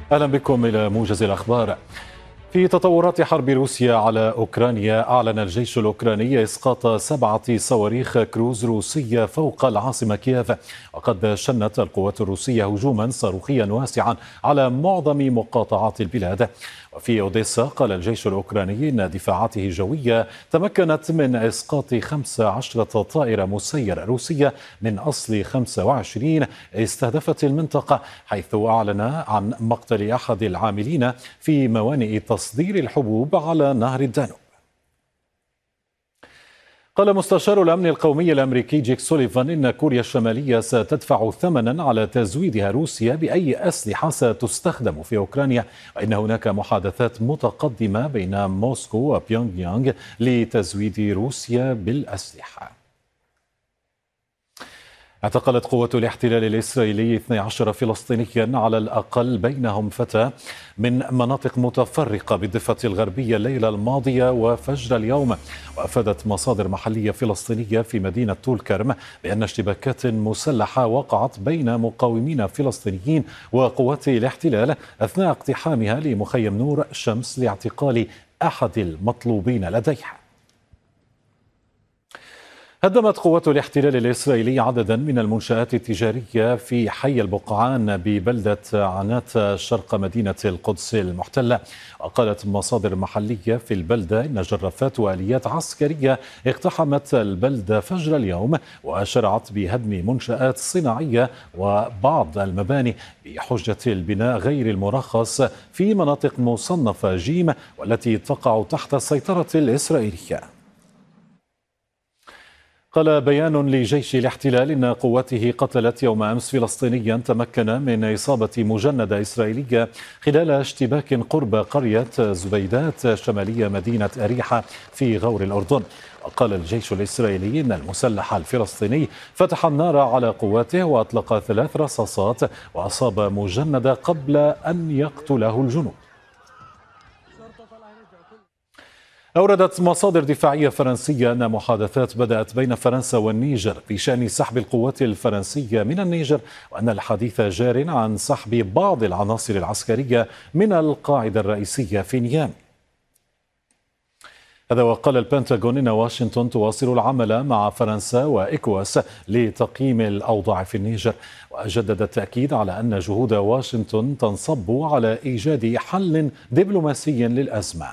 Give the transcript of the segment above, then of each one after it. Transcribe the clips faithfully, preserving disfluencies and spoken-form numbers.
أهلا بكم إلى موجز الأخبار. في تطورات حرب روسيا على أوكرانيا، أعلن الجيش الأوكراني إسقاط سبعة صواريخ كروز روسية فوق العاصمة كييف. وقد شنت القوات الروسية هجوما صاروخيا واسعا على معظم مقاطعات البلاد. وفي أوديسا قال الجيش الأوكراني إن دفاعاته الجوية تمكنت من إسقاط خمس عشرة طائرة مسيرة روسية من أصل خمسة وعشرين استهدفت المنطقة، حيث أعلن عن مقتل أحد العاملين في موانئ تصدير الحبوب على نهر الدانوب. قال مستشار الأمن القومي الأمريكي جيك سوليفان إن كوريا الشمالية ستدفع ثمنا على تزويدها روسيا بأي أسلحة ستستخدم في أوكرانيا، وإن هناك محادثات متقدمة بين موسكو وبيونغ يانغ لتزويد روسيا بالأسلحة. اعتقلت قوات الاحتلال الإسرائيلي اثني عشر فلسطينيا على الأقل، بينهم فتاة من مناطق متفرقة بالضفة الغربية الليلة الماضية وفجر اليوم. وأفادت مصادر محلية فلسطينية في مدينة طول كرم بأن اشتباكات مسلحة وقعت بين مقاومين فلسطينيين وقوات الاحتلال أثناء اقتحامها لمخيم نور شمس لاعتقال أحد المطلوبين لديها. هدمت قوات الاحتلال الإسرائيلي عددا من المنشآت التجارية في حي البقعان ببلدة عنات شرق مدينة القدس المحتلة. وقالت مصادر محلية في البلدة إن جرافات وآليات عسكرية اقتحمت البلدة فجر اليوم وشرعت بهدم منشآت صناعية وبعض المباني بحجة البناء غير المرخص في مناطق مصنفة جيم والتي تقع تحت السيطرة الإسرائيلية. قال بيان لجيش الاحتلال إن قواته قتلت يوم أمس فلسطينيا تمكن من إصابة مجندة إسرائيلية خلال اشتباك قرب قرية زبيدات شمالية مدينة أريحة في غور الأردن. وقال الجيش الإسرائيلي إن المسلح الفلسطيني فتح النار على قواته وأطلق ثلاث رصاصات وأصاب مجندة قبل أن يقتله الجنود. أوردت مصادر دفاعية فرنسية أن محادثات بدأت بين فرنسا والنيجر بشأن سحب القوات الفرنسية من النيجر، وأن الحديث جار عن سحب بعض العناصر العسكرية من القاعدة الرئيسية في نيامي. هذا وقال البنتاغون إن واشنطن تواصل العمل مع فرنسا وإكواس لتقييم الأوضاع في النيجر، وجدد التأكيد على أن جهود واشنطن تنصب على إيجاد حل دبلوماسي للأزمة.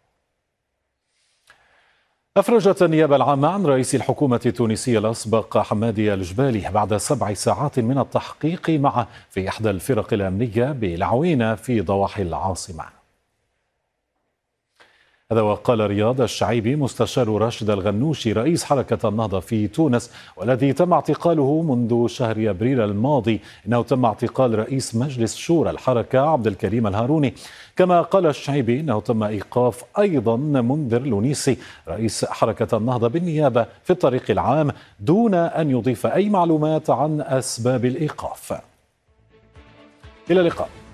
أفرجت النيابة العامة عن رئيس الحكومة التونسية الأسبق حمادي الجبالي بعد سبع ساعات من التحقيق معه في إحدى الفرق الأمنية بالعوينة في ضواحي العاصمة. هذا وقال رياض الشعيبي مستشار راشد الغنوشي رئيس حركة النهضة في تونس والذي تم اعتقاله منذ شهر أبريل الماضي إنه تم اعتقال رئيس مجلس شورى الحركة عبد الكريم الهاروني. كما قال الشعيبي إنه تم إيقاف أيضا منذر لونيسي رئيس حركة النهضة بالنيابة في الطريق العام دون أن يضيف أي معلومات عن أسباب الإيقاف. إلى اللقاء.